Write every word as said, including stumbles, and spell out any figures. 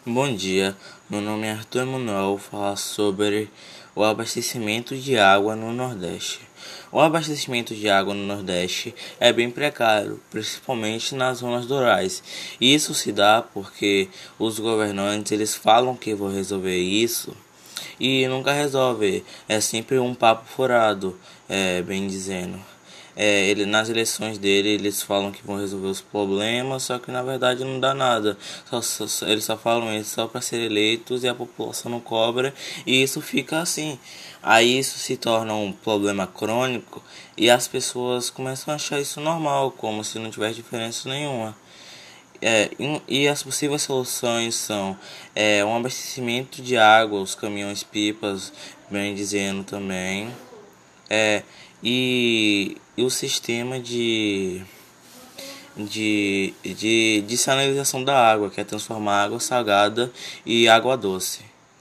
Bom dia, meu nome é Arthur Emanuel, vou falar sobre o abastecimento de água no Nordeste. O abastecimento de água no Nordeste é bem precário, principalmente nas zonas rurais. Isso se dá porque os governantes eles falam que vão resolver isso e nunca resolve. É sempre um papo furado, é, bem dizendo. É, ele, nas eleições dele, eles falam que vão resolver os problemas, só que na verdade não dá nada. Só, só, só- eles só falam isso só para ser eleitos e a população não cobra, e isso fica assim. Aí isso se torna um problema crônico e as pessoas começam a achar isso normal, como se não tivesse diferença nenhuma. É, e e as possíveis soluções são é, um abastecimento de água, os caminhões-pipas, bem dizendo também. É, e, e o sistema de, de, de, de sanalização da água, que é transformar água salgada e água doce.